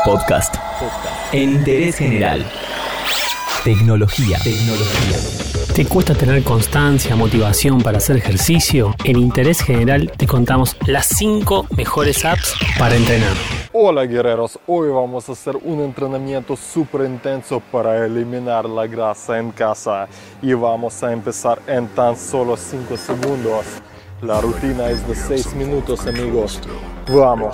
Podcast. En interés general. Tecnología. ¿Te cuesta tener constancia, motivación para hacer ejercicio? En Interés General te contamos las 5 mejores apps para entrenar. Hola guerreros, hoy vamos a hacer un entrenamiento súper intenso para eliminar la grasa en casa y vamos a empezar en tan solo 5 segundos. La rutina es de 6 minutos, amigos. ¡Vamos!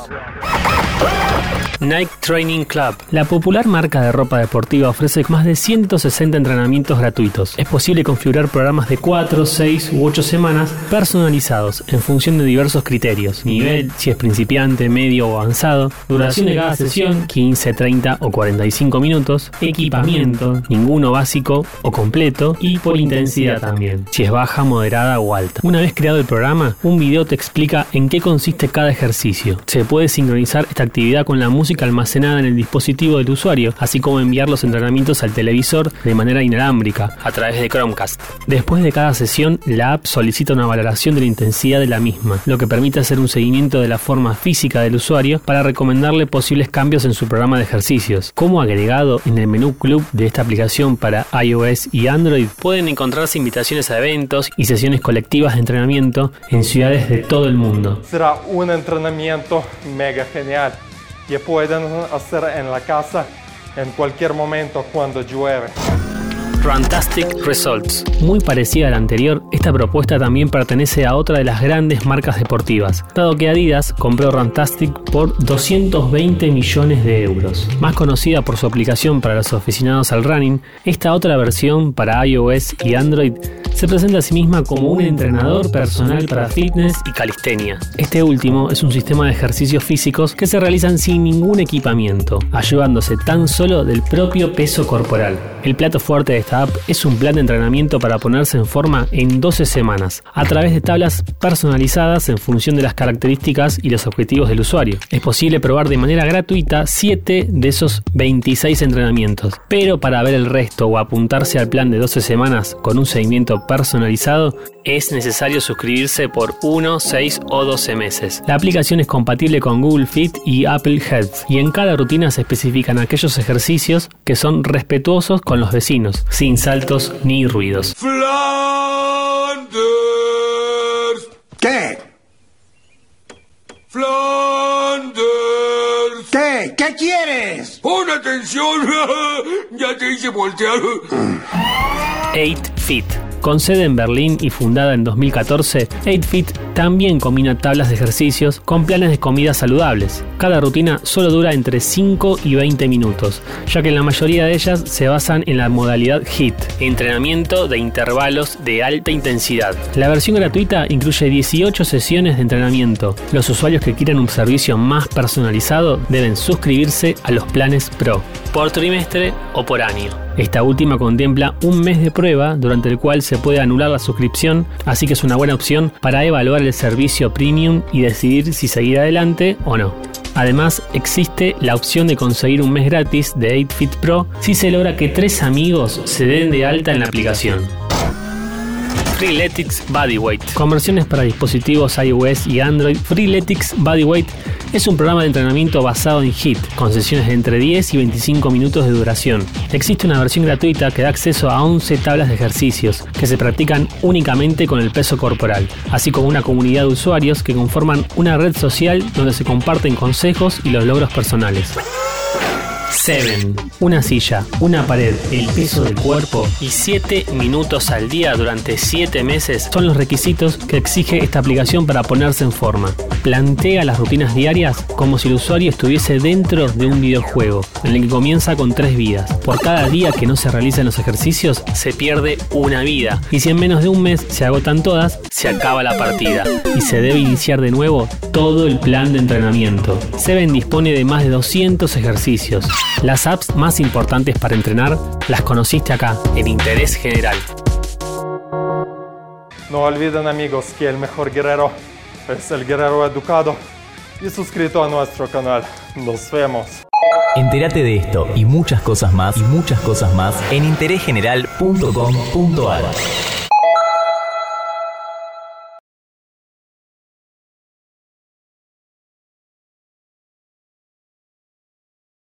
Nike Training Club. La popular marca de ropa deportiva ofrece más de 160 entrenamientos gratuitos. Es posible configurar programas de 4, 6 u 8 semanas personalizados en función de diversos criterios. Nivel, si es principiante, medio o avanzado. Duración de cada sesión, 15, 30 o 45 minutos. Equipamiento, ninguno básico o completo. Y por intensidad también, si es baja, moderada o alta. Una vez creado el programa, un video te explica en qué consiste cada ejercicio. Se puede sincronizar esta actividad con la música almacenada en el dispositivo del usuario, así como enviar los entrenamientos al televisor de manera inalámbrica a través de Chromecast. Después de cada sesión, la app solicita una valoración de la intensidad de la misma, lo que permite hacer un seguimiento de la forma física del usuario para recomendarle posibles cambios en su programa de ejercicios. Como agregado en el menú Club de esta aplicación para iOS y Android, pueden encontrarse invitaciones a eventos y sesiones colectivas de entrenamiento en ciudades de todo el mundo. Será un entrenamiento mega genial que pueden hacer en la casa en cualquier momento cuando llueve. Runtastic Results. Muy parecida a la anterior, esta propuesta también pertenece a otra de las grandes marcas deportivas, dado que Adidas compró Runtastic por 220 millones de euros. Más conocida por su aplicación para los aficionados al running, esta otra versión para iOS y Android se presenta a sí misma como un entrenador personal para fitness y calistenia. Este último es un sistema de ejercicios físicos que se realizan sin ningún equipamiento, ayudándose tan solo del propio peso corporal. El plato fuerte de esta app es un plan de entrenamiento para ponerse en forma en 12 semanas, a través de tablas personalizadas en función de las características y los objetivos del usuario. Es posible probar de manera gratuita 7 de esos 26 entrenamientos, pero para ver el resto o apuntarse al plan de 12 semanas con un seguimiento personalizado, es necesario suscribirse por 1, 6 o 12 meses. La aplicación es compatible con Google Fit y Apple Health, y en cada rutina se especifican aquellos ejercicios que son respetuosos con los vecinos, sin saltos ni ruidos. Flanders. ¿Qué? Flanders. ¿Qué? ¿Qué quieres? ¡Pon atención! Ya te hice voltear. 8Fit. Con sede en Berlín y fundada en 2014, 8Fit también combina tablas de ejercicios con planes de comidas saludables. Cada rutina solo dura entre 5 y 20 minutos, ya que la mayoría de ellas se basan en la modalidad HIIT, entrenamiento de intervalos de alta intensidad. La versión gratuita incluye 18 sesiones de entrenamiento. Los usuarios que quieran un servicio más personalizado deben suscribirse a los planes Pro, por trimestre o por año. Esta última contempla un mes de prueba durante el cual se puede anular la suscripción, así que es una buena opción para evaluar el servicio premium y decidir si seguir adelante o no. Además, existe la opción de conseguir un mes gratis de 8Fit Pro si se logra que 3 amigos se den de alta en la aplicación. Freeletics Bodyweight. Con versiones para dispositivos iOS y Android, Freeletics Bodyweight es un programa de entrenamiento basado en HIIT, con sesiones de entre 10 y 25 minutos de duración. Existe una versión gratuita que da acceso a 11 tablas de ejercicios que se practican únicamente con el peso corporal, así como una comunidad de usuarios que conforman una red social donde se comparten consejos y los logros personales. 7. Una silla, una pared, el peso del cuerpo y 7 minutos al día durante 7 meses son los requisitos que exige esta aplicación para ponerse en forma. Plantea las rutinas diarias como si el usuario estuviese dentro de un videojuego, en el que comienza con 3 vidas. Por cada día que no se realicen los ejercicios, se pierde una vida. Y si en menos de un mes se agotan todas, se acaba la partida. Y se debe iniciar de nuevo todo el plan de entrenamiento. Seven dispone de más de 200 ejercicios. Las apps más importantes para entrenar las conociste acá, en Interés General. No olviden, amigos, que el mejor guerrero es el guerrero educado y suscrito a nuestro canal. Nos vemos. Entérate de esto y muchas cosas más en interésgeneral.com.ar.